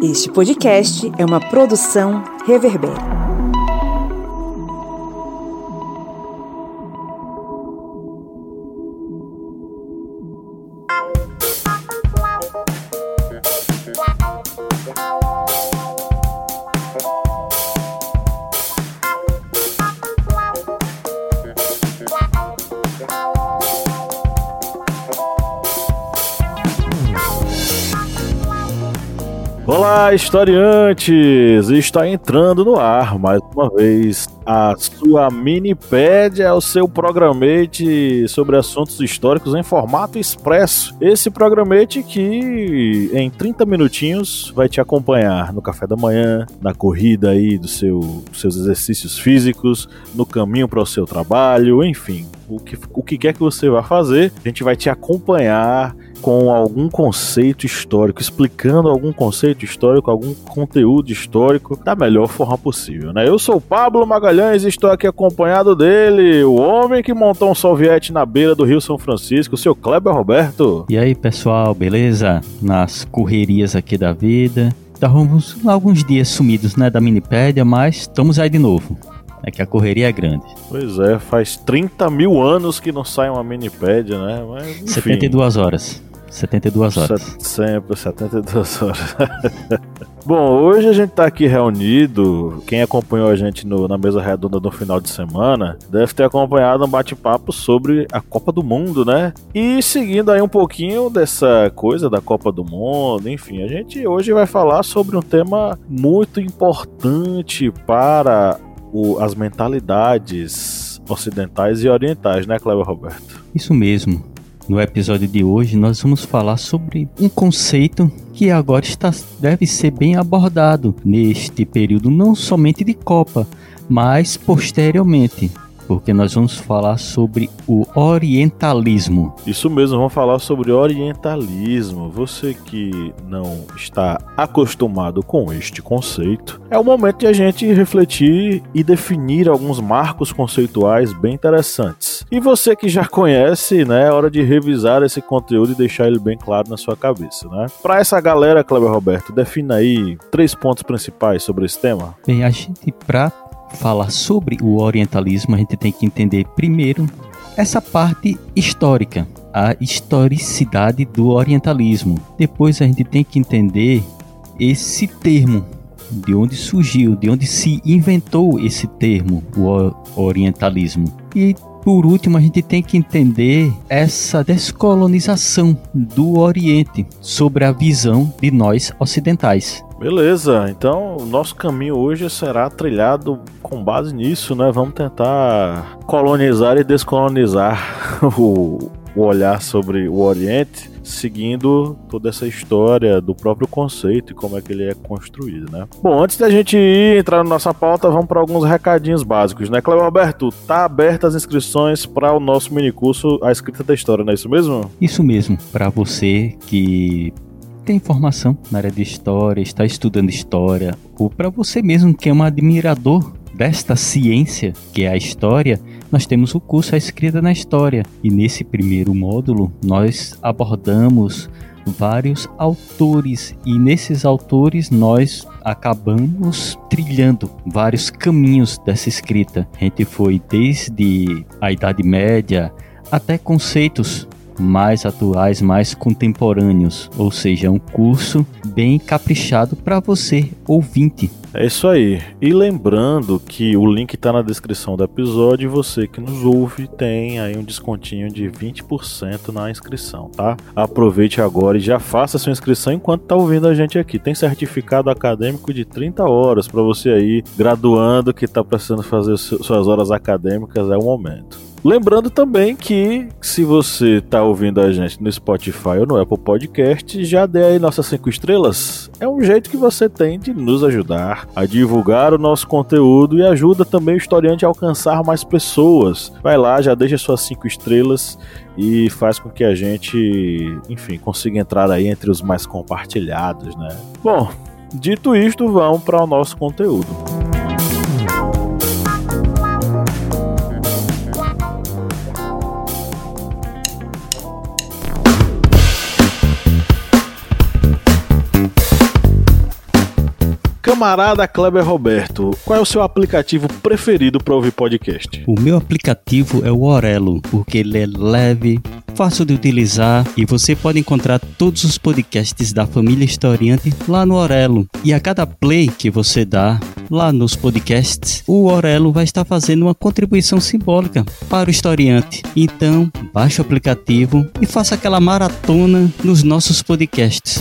Este podcast é uma produção Reverber. Olá, historiantes! Está entrando no ar, mais uma vez, a sua Minipédia, o seu programete sobre assuntos históricos em formato expresso. Esse programete que, em 30 minutinhos, vai te acompanhar no café da manhã, na corrida aí dos seus exercícios físicos, no caminho para o seu trabalho, enfim, o que quer que você vá fazer, a gente vai te acompanhar com algum conceito histórico, explicando algum conceito histórico, algum conteúdo histórico da melhor forma possível, né? Eu sou o Pablo Magalhães e estou aqui acompanhado dele, o homem que montou um soviete na beira do Rio São Francisco, o seu Kleber Roberto. E aí, pessoal, beleza? Nas correrias aqui da vida. Estávamos alguns dias sumidos, né, da Minipédia, mas estamos aí de novo. É que a correria é grande. Pois é, faz 30 mil anos que não sai uma Minipédia, né? Mas, enfim. 72 horas. 72 horas. Sempre 72 horas. Bom, hoje a gente tá aqui reunido. Quem acompanhou a gente na mesa redonda no final de semana deve ter acompanhado um bate-papo sobre a Copa do Mundo, né? E seguindo aí um pouquinho dessa coisa da Copa do Mundo, enfim, a gente hoje vai falar sobre um tema muito importante para as mentalidades ocidentais e orientais, né, Kleber Roberto? Isso mesmo. No episódio de hoje nós vamos falar sobre um conceito que agora deve ser bem abordado neste período, não somente de Copa, mas posteriormente, porque nós vamos falar sobre o orientalismo. Isso mesmo, vamos falar sobre orientalismo. Você que não está acostumado com este conceito, é o momento de a gente refletir e definir alguns marcos conceituais bem interessantes. E você que já conhece, né, é hora de revisar esse conteúdo e deixar ele bem claro na sua cabeça, né? Para essa galera, Kleber Roberto, defina aí 3 pontos principais sobre esse tema. Bem, a gente, para falar sobre o orientalismo, a gente tem que entender primeiro essa parte histórica, a historicidade do orientalismo. Depois a gente tem que entender esse termo, de onde surgiu, de onde se inventou esse termo, o orientalismo. E por último, a gente tem que entender essa descolonização do Oriente sobre a visão de nós ocidentais. Beleza, então o nosso caminho hoje será trilhado com base nisso, né? Vamos tentar colonizar e descolonizar o olhar sobre o Oriente, seguindo toda essa história do próprio conceito e como é que ele é construído, né? Bom, antes da gente entrar na nossa pauta, vamos para alguns recadinhos básicos, né? Cleber Roberto, tá abertas as inscrições para o nosso minicurso A Escrita da História, não é isso mesmo? Isso mesmo, para você que tem formação na área de história, está estudando história, ou para você mesmo que é um admirador desta ciência que é a história, nós temos o curso A Escrita na História. E nesse primeiro módulo nós abordamos vários autores e nesses autores nós acabamos trilhando vários caminhos dessa escrita. A gente foi desde a Idade Média até conceitos mais atuais, mais contemporâneos, ou seja, é um curso bem caprichado para você, ouvinte. É isso aí. E lembrando que o link está na descrição do episódio e você que nos ouve tem aí um descontinho de 20% na inscrição, tá? Aproveite agora e já faça sua inscrição enquanto está ouvindo a gente aqui. Tem certificado acadêmico de 30 horas para você aí, graduando, que está precisando fazer suas horas acadêmicas, é o momento. Lembrando também que se você está ouvindo a gente no Spotify ou no Apple Podcast, já dê aí nossas 5 estrelas. É um jeito que você tem de nos ajudar a divulgar o nosso conteúdo e ajuda também o historiante a alcançar mais pessoas. Vai lá, já deixa suas 5 estrelas e faz com que a gente, enfim, consiga entrar aí entre os mais compartilhados, né? Bom, dito isto, vamos para o nosso conteúdo. Camarada Kleber Roberto, qual é o seu aplicativo preferido para ouvir podcast? O meu aplicativo é o Orelo, porque ele é leve, fácil de utilizar e você pode encontrar todos os podcasts da família Historiante lá no Orelo. E a cada play que você dá lá nos podcasts, o Orelo vai estar fazendo uma contribuição simbólica para o Historiante. Então, baixe o aplicativo e faça aquela maratona nos nossos podcasts.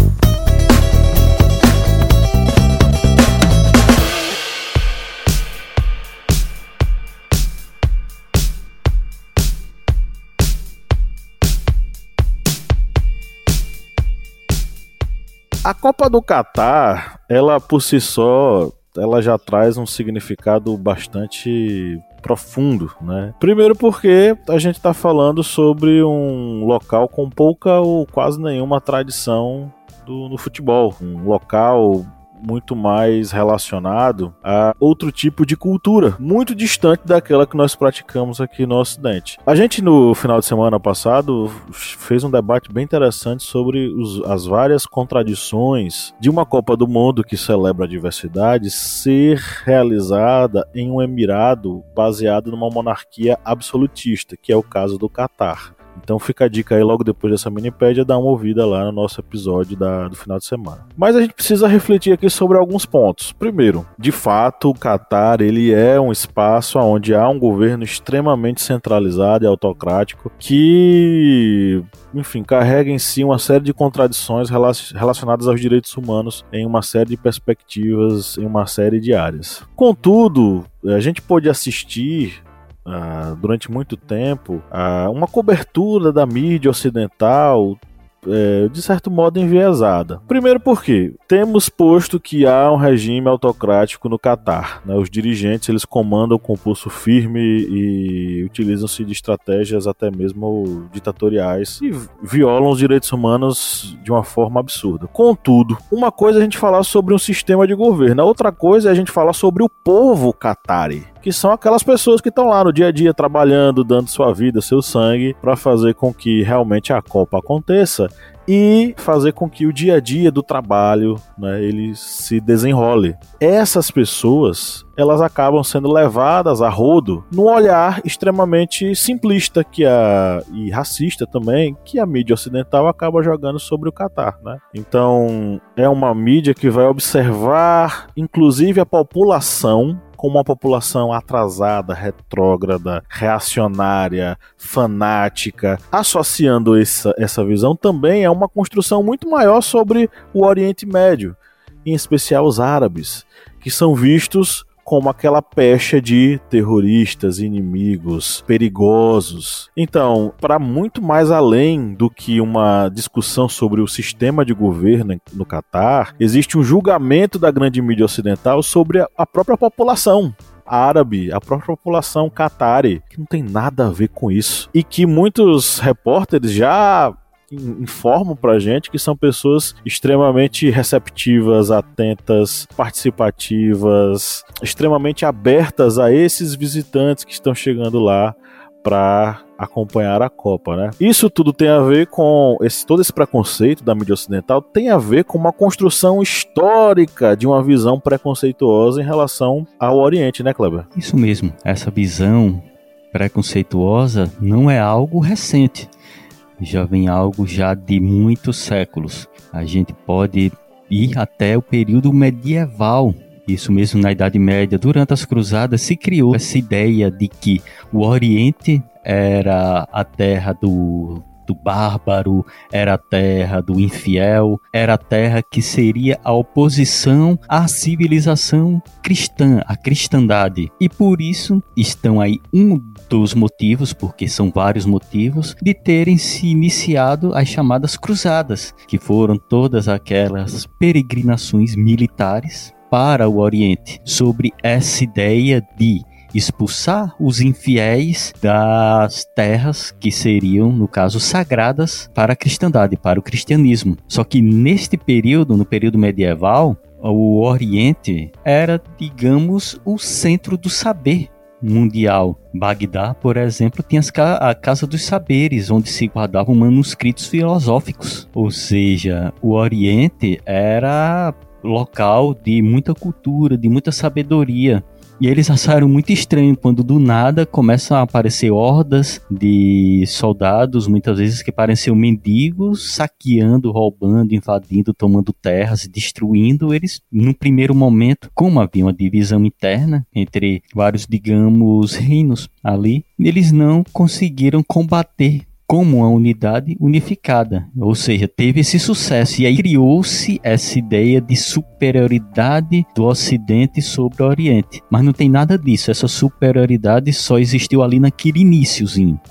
A Copa do Catar, ela por si só, ela já traz um significado bastante profundo, né? Primeiro porque a gente está falando sobre um local com pouca ou quase nenhuma tradição no futebol. Um local muito mais relacionado a outro tipo de cultura, muito distante daquela que nós praticamos aqui no Ocidente. A gente, no final de semana passado, fez um debate bem interessante sobre as várias contradições de uma Copa do Mundo que celebra a diversidade ser realizada em um emirado baseado numa monarquia absolutista, que é o caso do Catar. Então fica a dica aí, logo depois dessa minipédia, dá uma ouvida lá no nosso episódio do final de semana. Mas a gente precisa refletir aqui sobre alguns pontos. Primeiro, de fato, o Catar ele é um espaço onde há um governo extremamente centralizado e autocrático que, enfim, carrega em si uma série de contradições relacionadas aos direitos humanos em uma série de perspectivas, em uma série de áreas. Contudo, a gente pôde assistir durante muito tempo uma cobertura da mídia ocidental de certo modo enviesada. Primeiro porque temos posto que há um regime autocrático no Catar, né? Os dirigentes eles comandam com pulso firme e utilizam-se de estratégias até mesmo ditatoriais e violam os direitos humanos de uma forma absurda. Contudo, uma coisa é a gente falar sobre um sistema de governo, a outra coisa é a gente falar sobre o povo catari, que são aquelas pessoas que estão lá no dia a dia trabalhando, dando sua vida, seu sangue, para fazer com que realmente a Copa aconteça e fazer com que o dia a dia do trabalho, né, ele se desenrole. Essas pessoas, elas acabam sendo levadas a rodo num olhar extremamente simplista e racista também, que a mídia ocidental acaba jogando sobre o Catar, né? Então, é uma mídia que vai observar, inclusive, a população como uma população atrasada, retrógrada, reacionária, fanática, associando essa visão também a uma construção muito maior sobre o Oriente Médio, em especial os árabes, que são vistos como aquela pecha de terroristas, inimigos, perigosos. Então, para muito mais além do que uma discussão sobre o sistema de governo no Catar, existe um julgamento da grande mídia ocidental sobre a própria população árabe, a própria população catari, que não tem nada a ver com isso. E que muitos repórteres já informam pra gente que são pessoas extremamente receptivas, atentas, participativas, extremamente abertas a esses visitantes que estão chegando lá para acompanhar a Copa, né? Isso tudo tem a ver com todo esse preconceito da mídia ocidental, tem a ver com uma construção histórica de uma visão preconceituosa em relação ao Oriente, né, Kleber? Isso mesmo, essa visão preconceituosa não é algo recente. Já vem algo já de muitos séculos. A gente pode ir até o período medieval. Isso mesmo, na Idade Média, durante as Cruzadas, se criou essa ideia de que o Oriente era a terra do bárbaro, era a terra do infiel, era a terra que seria a oposição à civilização cristã, à cristandade. E por isso estão aí dos motivos, porque são vários motivos, de terem se iniciado as chamadas cruzadas, que foram todas aquelas peregrinações militares para o Oriente, sobre essa ideia de expulsar os infiéis das terras que seriam, no caso, sagradas para a cristandade, para o cristianismo. Só que neste período, no período medieval, o Oriente era, digamos, o centro do saber mundial. Bagdá, por exemplo, tinha a Casa dos Saberes, onde se guardavam manuscritos filosóficos. Ou seja, o Oriente era local de muita cultura, de muita sabedoria. E eles acharam muito estranho quando do nada começam a aparecer hordas de soldados, muitas vezes que pareciam mendigos, saqueando, roubando, invadindo, tomando terras, destruindo. Eles, no primeiro momento, como havia uma divisão interna entre vários, digamos, reinos ali, eles não conseguiram combater como uma unidade unificada, ou seja, teve esse sucesso, e aí criou-se essa ideia de superioridade do Ocidente sobre o Oriente, mas não tem nada disso, essa superioridade só existiu ali naquele iniciozinho,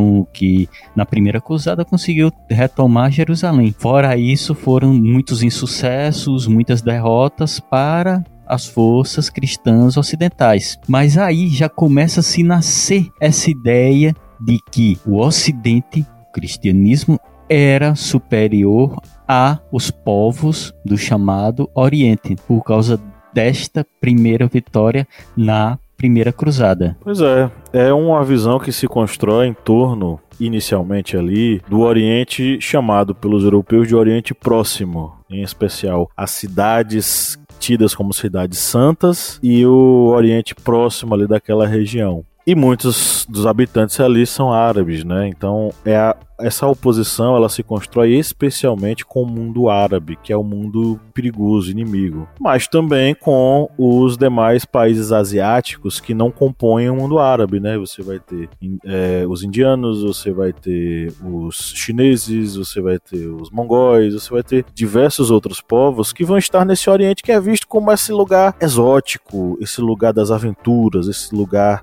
que na primeira cruzada conseguiu retomar Jerusalém. Fora isso, foram muitos insucessos, muitas derrotas para as forças cristãs ocidentais, mas aí já começa a se nascer essa ideia de que o Ocidente, o cristianismo, era superior a os povos do chamado Oriente, por causa desta primeira vitória na primeira cruzada. Pois é uma visão que se constrói em torno, inicialmente ali, do Oriente chamado pelos europeus de Oriente Próximo, em especial as cidades tidas como cidades santas e o Oriente Próximo ali daquela região. E muitos dos habitantes ali são árabes, né? Então essa oposição ela se constrói especialmente com o mundo árabe, que é o mundo perigoso, inimigo. Mas também com os demais países asiáticos que não compõem o mundo árabe, né? Você vai ter os indianos, você vai ter os chineses, você vai ter os mongóis, você vai ter diversos outros povos que vão estar nesse Oriente que é visto como esse lugar exótico, esse lugar das aventuras, esse lugar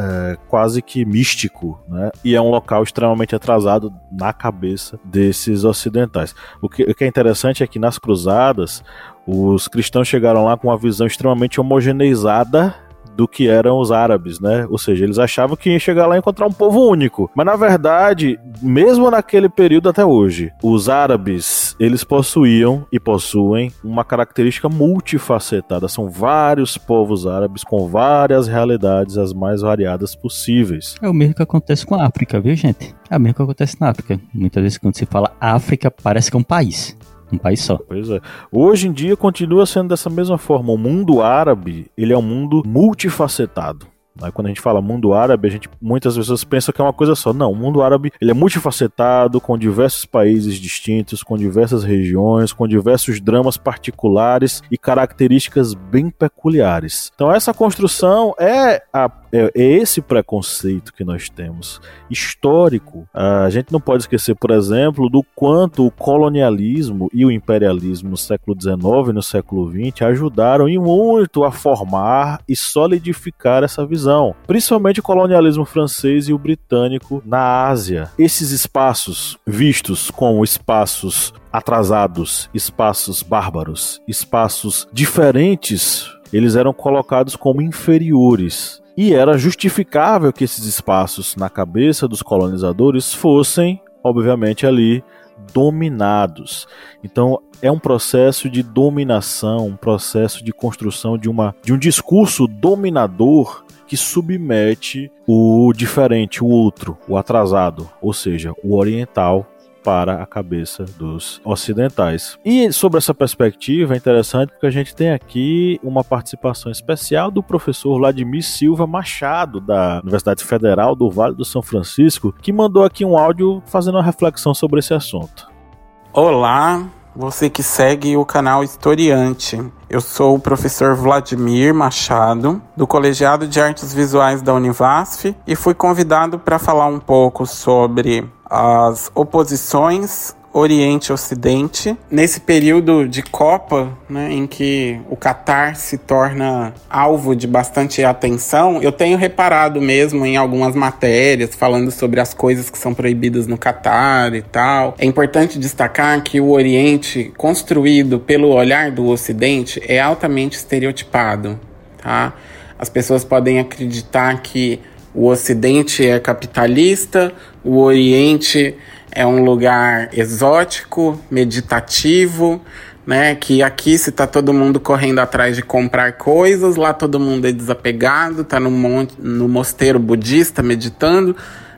quase que místico, né? E é um local extremamente atrasado na cabeça desses ocidentais. O que é interessante é que nas cruzadas os cristãos chegaram lá com uma visão extremamente homogeneizada do que eram os árabes, né? Ou seja, eles achavam que ia chegar lá e encontrar um povo único. Mas na verdade, mesmo naquele período até hoje, os árabes, eles possuíam e possuem uma característica multifacetada. São vários povos árabes com várias realidades as mais variadas possíveis. É o mesmo que acontece com a África, viu, gente? É o mesmo que acontece na África. Muitas vezes quando se fala África, parece que é um país. Um país só. Pois é. Hoje em dia continua sendo dessa mesma forma. O mundo árabe, ele é um mundo multifacetado. Quando a gente fala mundo árabe, muitas pessoas pensam que é uma coisa só. Não, o mundo árabe ele é multifacetado, com diversos países distintos, com diversas regiões, com diversos dramas particulares e características bem peculiares. Então essa construção é esse preconceito que nós temos, histórico. A gente não pode esquecer, por exemplo, do quanto o colonialismo e o imperialismo no século XIX e no século XX ajudaram e muito a formar e solidificar essa visão. Principalmente o colonialismo francês e o britânico na Ásia. Esses espaços vistos como espaços atrasados, espaços bárbaros, espaços diferentes, eles eram colocados como inferiores. E era justificável que esses espaços, na cabeça dos colonizadores, fossem, obviamente, ali dominados. Então, é um processo de dominação, um processo de construção de um discurso dominador que submete o diferente, o outro, o atrasado, ou seja, o oriental, para a cabeça dos ocidentais. E sobre essa perspectiva é interessante porque a gente tem aqui uma participação especial do professor Vladimir Silva Machado, da Universidade Federal do Vale do São Francisco, que mandou aqui um áudio fazendo uma reflexão sobre esse assunto. Olá, você que segue o canal Historiante. Eu sou o professor Vladimir Machado, do Colegiado de Artes Visuais da Univasf, e fui convidado para falar um pouco sobre as oposições Oriente-Ocidente, nesse período de Copa, né, em que o Catar se torna alvo de bastante atenção. Eu tenho reparado mesmo em algumas matérias falando sobre as coisas que são proibidas no Catar e tal. É importante destacar que o Oriente, construído pelo olhar do Ocidente, é altamente estereotipado, tá? As pessoas podem acreditar que o Ocidente é capitalista, o Oriente é um lugar exótico, meditativo, né? Que aqui se tá todo mundo correndo atrás de comprar coisas, lá todo mundo é desapegado, tá no mosteiro budista meditando.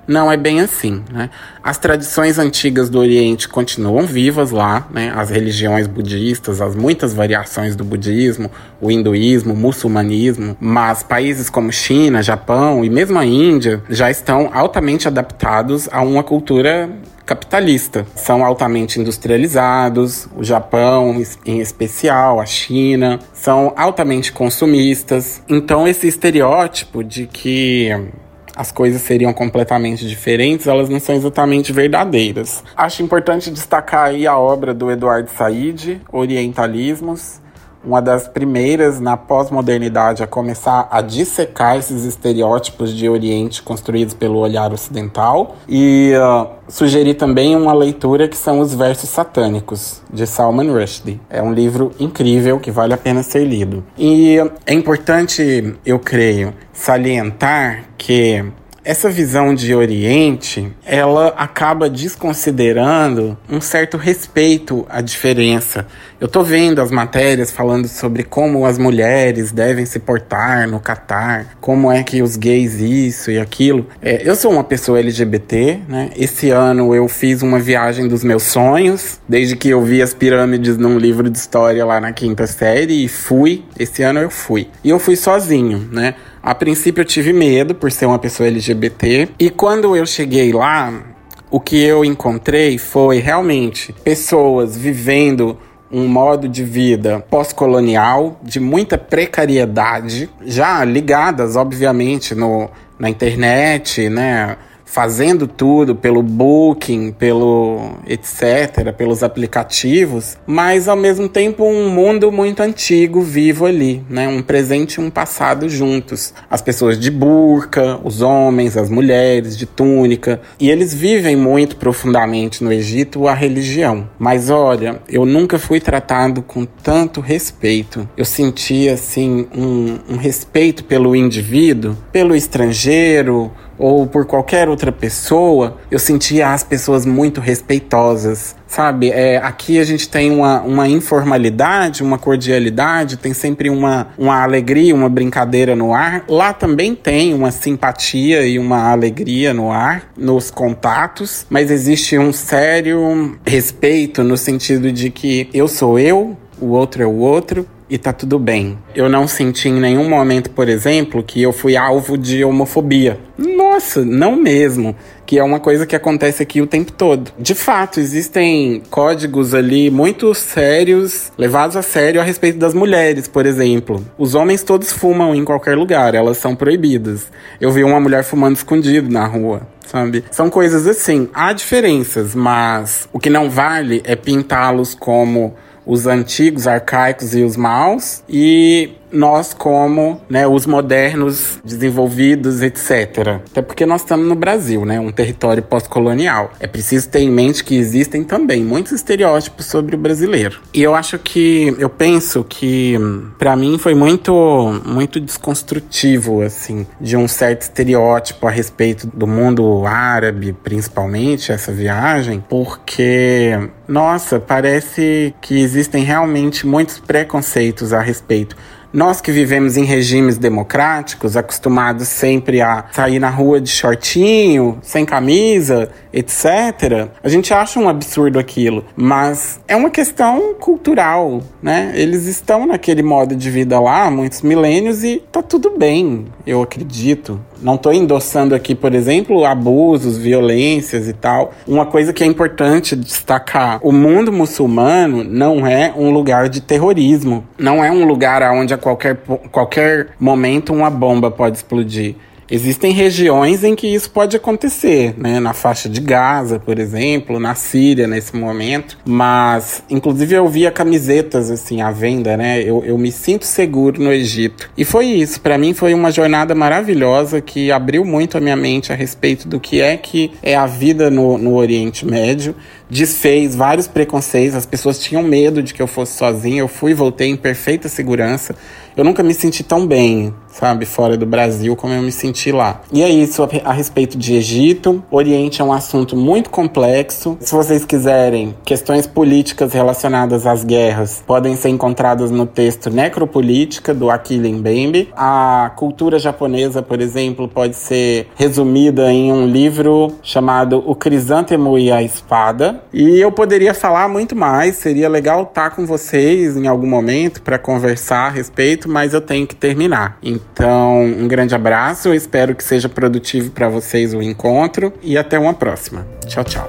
não é bem assim, né? As tradições antigas do Oriente continuam vivas lá, né? As religiões budistas, as muitas variações do budismo, o hinduísmo, o muçulmanismo, mas países como China, Japão e mesmo a Índia já estão altamente adaptados a uma cultura capitalista. São altamente industrializados, o Japão em especial, a China, são altamente consumistas. Então esse estereótipo de que as coisas seriam completamente diferentes, elas não são exatamente verdadeiras. Acho importante destacar aí a obra do Edward Said, Orientalismos, uma das primeiras na pós-modernidade a começar a dissecar esses estereótipos de Oriente construídos pelo olhar ocidental. E sugeri também uma leitura que são os Versos Satânicos, de Salman Rushdie. É um livro incrível que vale a pena ser lido. E é importante, eu creio, salientar que essa visão de Oriente, ela acaba desconsiderando um certo respeito à diferença. Eu tô vendo as matérias falando sobre como as mulheres devem se portar no Catar, como é que os gays isso e aquilo. Eu sou uma pessoa LGBT, né? Esse ano eu fiz uma viagem dos meus sonhos, desde que eu vi as pirâmides num livro de história lá na 5ª série, e fui. Esse ano eu fui. E eu fui sozinho, né? A princípio eu tive medo por ser uma pessoa LGBT, e quando eu cheguei lá, o que eu encontrei foi realmente pessoas vivendo um modo de vida pós-colonial, de muita precariedade, já ligadas, obviamente, na internet, né? Fazendo tudo pelo Booking, pelo etc., pelos aplicativos, mas ao mesmo tempo um mundo muito antigo vivo ali, né? Um presente e um passado juntos. As pessoas de burca, os homens, as mulheres de túnica, e eles vivem muito profundamente no Egito a religião. Mas olha, eu nunca fui tratado com tanto respeito. Eu senti assim um respeito pelo indivíduo, pelo estrangeiro, ou por qualquer outra pessoa. Eu sentia as pessoas muito respeitosas, sabe? Aqui a gente tem uma informalidade, uma cordialidade, tem sempre uma alegria, uma brincadeira no ar. Lá também tem uma simpatia e uma alegria no ar, nos contatos, mas existe um sério respeito no sentido de que eu sou eu, o outro é o outro, e tá tudo bem. Eu não senti em nenhum momento, por exemplo, que eu fui alvo de homofobia. Nossa, não mesmo. Que é uma coisa que acontece aqui o tempo todo. De fato, existem códigos ali muito sérios, levados a sério a respeito das mulheres, por exemplo. Os homens todos fumam em qualquer lugar, elas são proibidas. Eu vi uma mulher fumando escondido na rua, sabe? São coisas assim. Há diferenças, mas o que não vale é pintá-los como os antigos, arcaicos e os maus, e nós como, né, os modernos, desenvolvidos, etc. Até porque nós estamos no Brasil, né, um território pós-colonial. É preciso ter em mente que existem também muitos estereótipos sobre o brasileiro. E eu penso que, pra mim, foi muito desconstrutivo, assim, de um certo estereótipo a respeito do mundo árabe, principalmente, essa viagem, porque, nossa, parece que existem realmente muitos preconceitos a respeito. Nós que vivemos em regimes democráticos, acostumados sempre a sair na rua de shortinho, sem camisa, etc., a gente acha um absurdo aquilo. Mas é uma questão cultural, né? Eles estão naquele modo de vida lá há muitos milênios e tá tudo bem, eu acredito. Não estou endossando aqui, por exemplo, abusos, violências e tal. Uma coisa que é importante destacar: o mundo muçulmano não é um lugar de terrorismo. Não é um lugar onde a qualquer momento uma bomba pode explodir. Existem regiões em que isso pode acontecer, né? Na faixa de Gaza, por exemplo, na Síria nesse momento. Mas, inclusive, eu via camisetas assim à venda, né? Eu me sinto seguro no Egito. E foi isso. Para mim foi uma jornada maravilhosa que abriu muito a minha mente a respeito do que é a vida no Oriente Médio. Desfez vários preconceitos. As pessoas tinham medo de que eu fosse sozinho. Eu fui e voltei em perfeita segurança. Eu nunca me senti tão bem, sabe, fora do Brasil, como eu me senti lá. E é isso a respeito de Egito. Oriente é um assunto muito complexo. Se vocês quiserem, questões políticas relacionadas às guerras podem ser encontradas no texto Necropolítica, do Achille Mbembe. A cultura japonesa, por exemplo, pode ser resumida em um livro chamado O Crisântemo e a Espada. E eu poderia falar muito mais, seria legal estar com vocês em algum momento para conversar a respeito, mas eu tenho que terminar. Então, um grande abraço, eu espero que seja produtivo para vocês o encontro e até uma próxima. Tchau, tchau.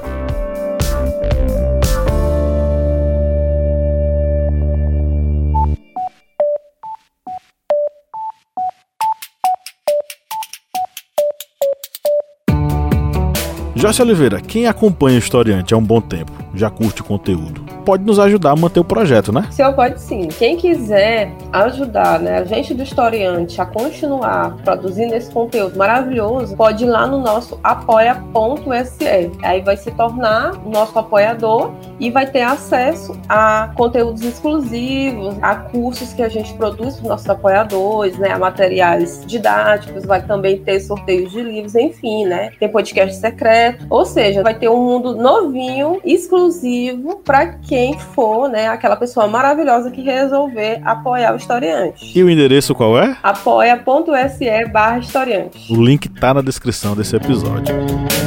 Joyce Oliveira, quem acompanha o Historiante há um bom tempo, já curte o conteúdo, pode nos ajudar a manter o projeto, né? O senhor pode sim. Quem quiser ajudar, né, a gente do Historiante a continuar produzindo esse conteúdo maravilhoso, pode ir lá no nosso apoia.se. Aí vai se tornar nosso apoiador e vai ter acesso a conteúdos exclusivos, a cursos que a gente produz para os nossos apoiadores, né, a materiais didáticos, vai também ter sorteios de livros, enfim, né? Tem podcast secreto, ou seja, vai ter um mundo novinho, exclusivo para quem for, né, aquela pessoa maravilhosa que resolver apoiar o Historiante. E o endereço qual é? apoia.se/historiante. O link tá na descrição desse episódio.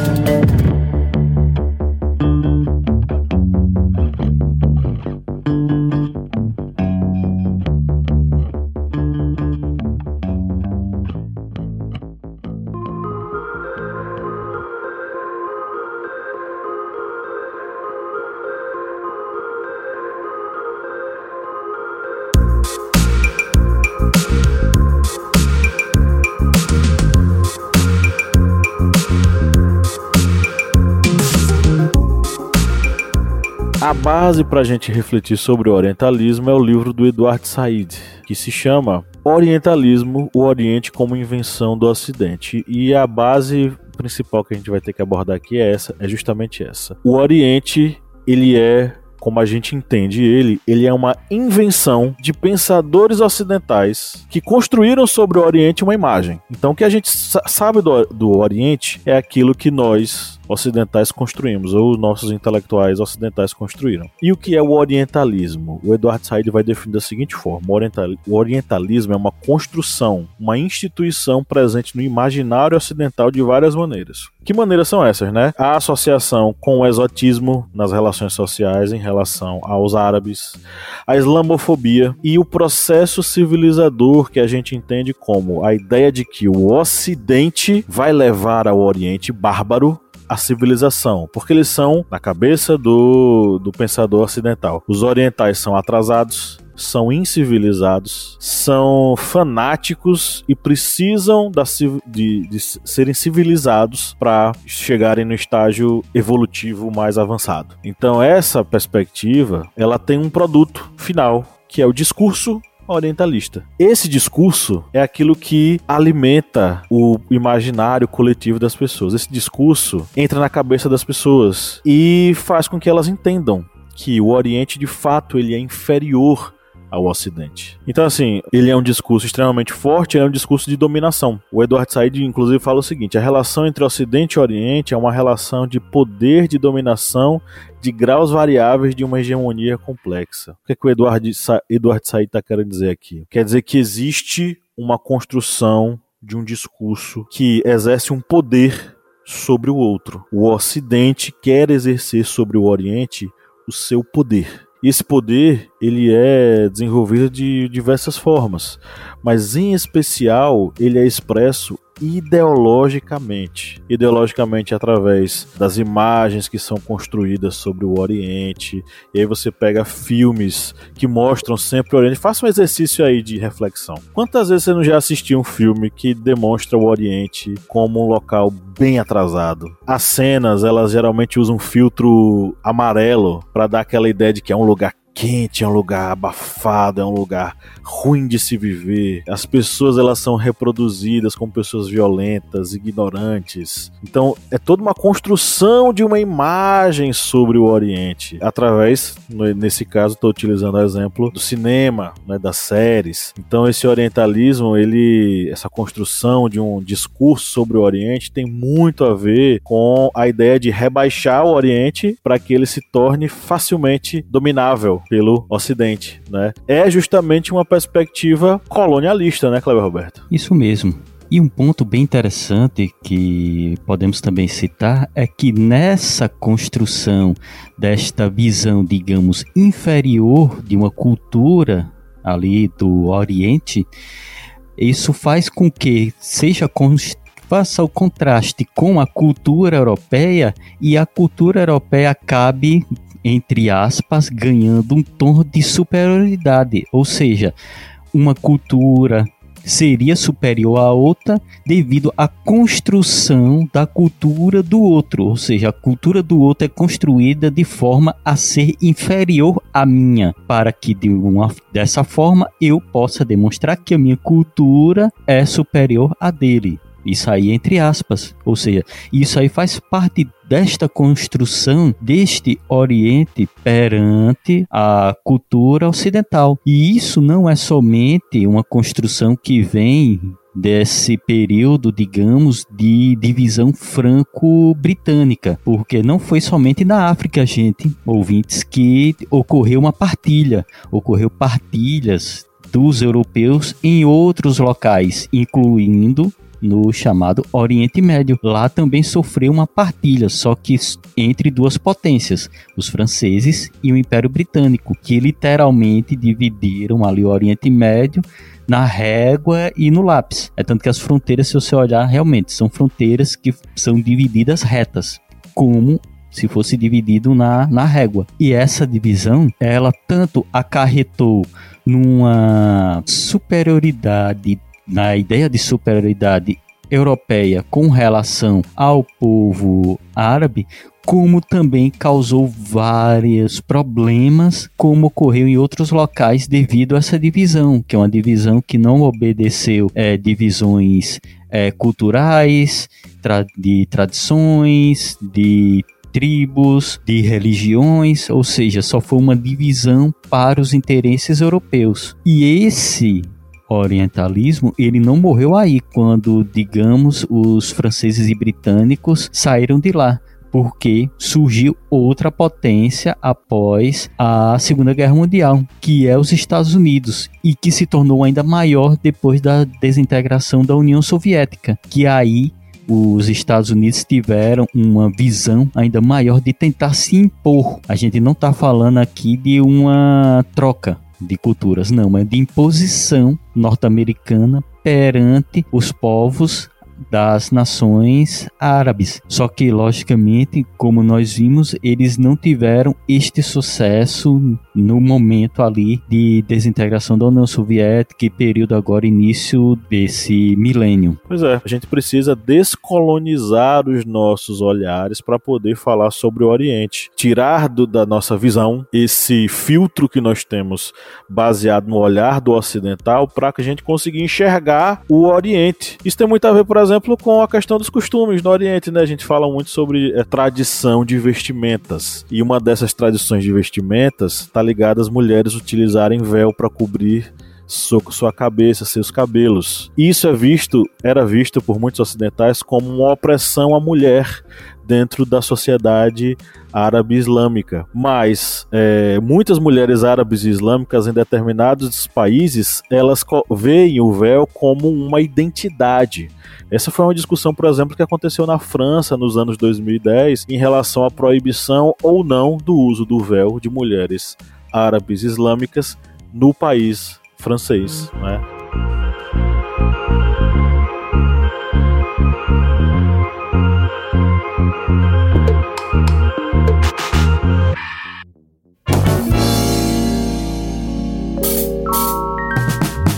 A base para a gente refletir sobre o orientalismo é o livro do Edward Said, que se chama Orientalismo, o Oriente como Invenção do Ocidente. E a base principal que a gente vai ter que abordar aqui é justamente essa. O Oriente, ele é, como a gente entende ele é uma invenção de pensadores ocidentais que construíram sobre o Oriente uma imagem. Então o que a gente sabe do Oriente é aquilo que nós ocidentais construímos, ou os nossos intelectuais ocidentais construíram. E o que é o orientalismo? O Edward Said vai definir da seguinte forma: o orientalismo é uma construção, uma instituição presente no imaginário ocidental de várias maneiras. Que maneiras são essas, né? A associação com o exotismo nas relações sociais em relação aos árabes, a islamofobia e o processo civilizador que a gente entende como a ideia de que o Ocidente vai levar ao Oriente bárbaro a civilização, porque eles são, na cabeça do pensador ocidental, os orientais são atrasados, são incivilizados, são fanáticos e precisam de serem civilizados para chegarem no estágio evolutivo mais avançado. Então essa perspectiva, ela tem um produto final, que é o discurso orientalista. Esse discurso é aquilo que alimenta o imaginário coletivo das pessoas. Esse discurso entra na cabeça das pessoas e faz com que elas entendam que o Oriente, de fato, ele é inferior ao Ocidente. Então, assim, ele é um discurso extremamente forte, é um discurso de dominação. O Edward Said, inclusive, fala o seguinte: a relação entre Ocidente e Oriente é uma relação de poder de dominação de graus variáveis de uma hegemonia complexa. O que é que o Edward Said está querendo dizer aqui? Quer dizer que existe uma construção de um discurso que exerce um poder sobre o outro. O Ocidente quer exercer sobre o Oriente o seu poder. E esse poder, ele é desenvolvido de diversas formas, mas em especial ele é expresso ideologicamente através das imagens que são construídas sobre o Oriente. E aí você pega filmes que mostram sempre o Oriente. Faça um exercício aí de reflexão. Quantas vezes você não já assistiu um filme que demonstra o Oriente como um local bem atrasado? As cenas, elas geralmente usam um filtro amarelo para dar aquela ideia de que é um lugar quente, é um lugar abafado, é um lugar ruim de se viver. As pessoas, elas são reproduzidas como pessoas violentas, ignorantes. Então é toda uma construção de uma imagem sobre o Oriente, através, nesse caso estou utilizando o exemplo do cinema, né, das séries. Então esse orientalismo, essa construção de um discurso sobre o Oriente tem muito a ver com a ideia de rebaixar o Oriente para que ele se torne facilmente dominável pelo Ocidente, né? É justamente uma perspectiva colonialista, né, Cleber Roberto? Isso mesmo. E um ponto bem interessante que podemos também citar é que nessa construção desta visão, digamos, inferior de uma cultura ali do Oriente, isso faz com que faça o contraste com a cultura europeia, e a cultura europeia acabe, entre aspas, ganhando um tom de superioridade, ou seja, uma cultura seria superior à outra devido à construção da cultura do outro, ou seja, a cultura do outro é construída de forma a ser inferior à minha, para que dessa forma eu possa demonstrar que a minha cultura é superior à dele. Isso aí entre aspas, ou seja, isso aí faz parte desta construção deste Oriente perante a cultura ocidental. E isso não é somente uma construção que vem desse período, digamos, de divisão franco-britânica, porque não foi somente na África, gente, ouvintes, que ocorreu uma partilha, ocorreu partilhas dos europeus em outros locais, incluindo no chamado Oriente Médio. Lá também sofreu uma partilha, só que entre duas potências, os franceses e o Império Britânico, que literalmente dividiram ali o Oriente Médio na régua e no lápis. É tanto que as fronteiras, se você olhar, realmente são fronteiras que são divididas retas, como se fosse dividido na régua. E essa divisão, ela tanto acarretou numa superioridade, na ideia de superioridade europeia com relação ao povo árabe, como também causou vários problemas, como ocorreu em outros locais devido a essa divisão, que é uma divisão que não obedeceu divisões culturais, de tradições, de tribos, de religiões, ou seja, só foi uma divisão para os interesses europeus. E esse orientalismo, ele não morreu aí quando, digamos, os franceses e britânicos saíram de lá, porque surgiu outra potência após a Segunda Guerra Mundial, que é os Estados Unidos, e que se tornou ainda maior depois da desintegração da União Soviética, que aí os Estados Unidos tiveram uma visão ainda maior de tentar se impor. A gente não está falando aqui de uma troca de culturas, não, é de imposição norte-americana perante os povos das nações árabes. Só que, logicamente, como nós vimos, eles não tiveram este sucesso no momento ali de desintegração da União Soviética e período agora início desse milênio. Pois é, a gente precisa descolonizar os nossos olhares para poder falar sobre o Oriente. Tirar da nossa visão esse filtro que nós temos baseado no olhar do ocidental para que a gente consiga enxergar o Oriente. Isso tem muito a ver, por exemplo, com a questão dos costumes no Oriente, né? A gente fala muito sobre tradição de vestimentas. E uma dessas tradições de vestimentas está ligada às mulheres utilizarem véu para cobrir sua cabeça, seus cabelos. Isso era visto por muitos ocidentais como uma opressão à mulher dentro da sociedade árabe islâmica. Mas muitas mulheres árabes e islâmicas em determinados países, elas veem o véu como uma identidade. Essa foi uma discussão, por exemplo, que aconteceu na França nos anos 2010 em relação à proibição ou não do uso do véu de mulheres árabes e islâmicas no país francês, né?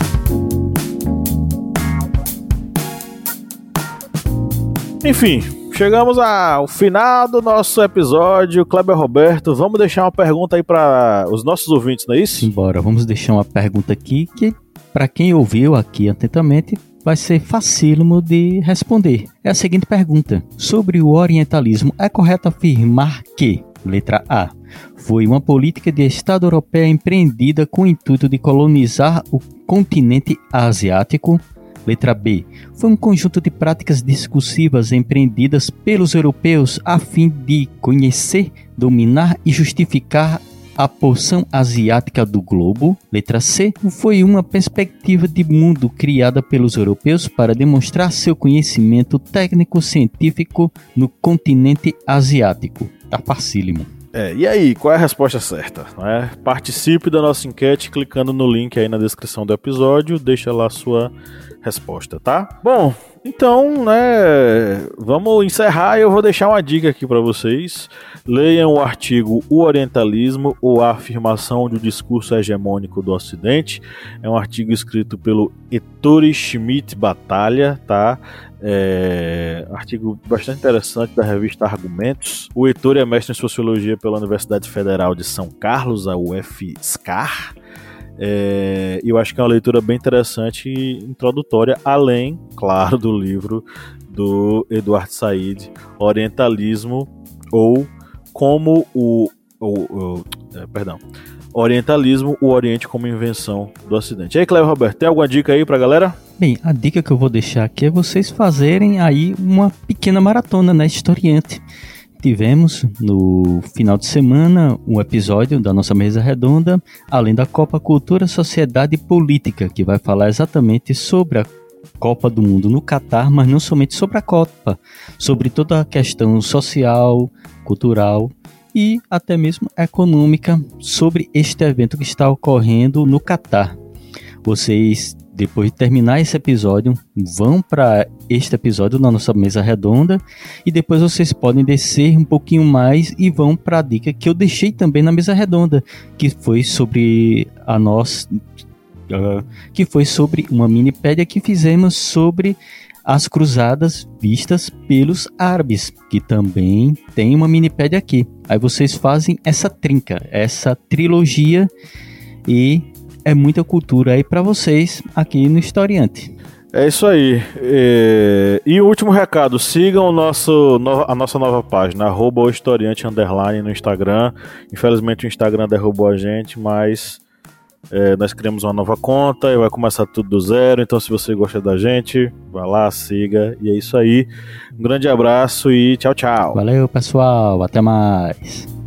Enfim, chegamos ao final do nosso episódio. Kleber Roberto, vamos deixar uma pergunta aí para os nossos ouvintes, não é isso? Simbora, vamos deixar uma pergunta aqui que, para quem ouviu aqui atentamente, vai ser facílimo de responder. É a seguinte pergunta: sobre o orientalismo, é correto afirmar que, letra A, foi uma política de Estado europeia empreendida com o intuito de colonizar o continente asiático? Letra B, foi um conjunto de práticas discursivas empreendidas pelos europeus a fim de conhecer, dominar e justificar a porção asiática do globo? Letra C, foi uma perspectiva de mundo criada pelos europeus para demonstrar seu conhecimento técnico-científico no continente asiático? Tá facílimo. E aí, qual é a resposta certa? Participe da nossa enquete clicando no link aí na descrição do episódio, deixa lá a sua resposta, tá? Bom, então, vamos encerrar e eu vou deixar uma dica aqui para vocês. Leiam o artigo O Orientalismo ou a Afirmação de um Discurso Hegemônico do Ocidente. É um artigo escrito pelo Ettore Schmidt Battaglia, tá? Artigo bastante interessante da revista Argumentos. O Ettore é mestre em Sociologia pela Universidade Federal de São Carlos, a UFSCar. Eu acho que é uma leitura bem interessante e introdutória, além, claro, do livro do Eduardo Said, Orientalismo ou como Orientalismo, o Oriente como Invenção do Ocidente. E aí, Cleber Roberto, tem alguma dica aí pra galera? Bem, a dica que eu vou deixar aqui é vocês fazerem aí uma pequena maratona na Historiante. Tivemos no final de semana um episódio da nossa mesa redonda, além da Copa Cultura, Sociedade e Política, que vai falar exatamente sobre a Copa do Mundo no Catar, mas não somente sobre a Copa, sobre toda a questão social, cultural e até mesmo econômica sobre este evento que está ocorrendo no Catar. Vocês, depois de terminar esse episódio, vão para este episódio na nossa mesa redonda e depois vocês podem descer um pouquinho mais e vão para a dica que eu deixei também na mesa redonda, que foi sobre uma minipédia que fizemos sobre as cruzadas vistas pelos árabes, que também tem uma minipédia aqui. Aí vocês fazem essa trinca, essa trilogia e é muita cultura aí para vocês aqui no Historiante. É isso aí. E o último recado, sigam a nossa nova página, @historiante_ no Instagram. Infelizmente o Instagram derrubou a gente, mas nós criamos uma nova conta e vai começar tudo do zero. Então, se você gosta da gente, vai lá, siga. E é isso aí. Um grande abraço e tchau, tchau. Valeu, pessoal. Até mais.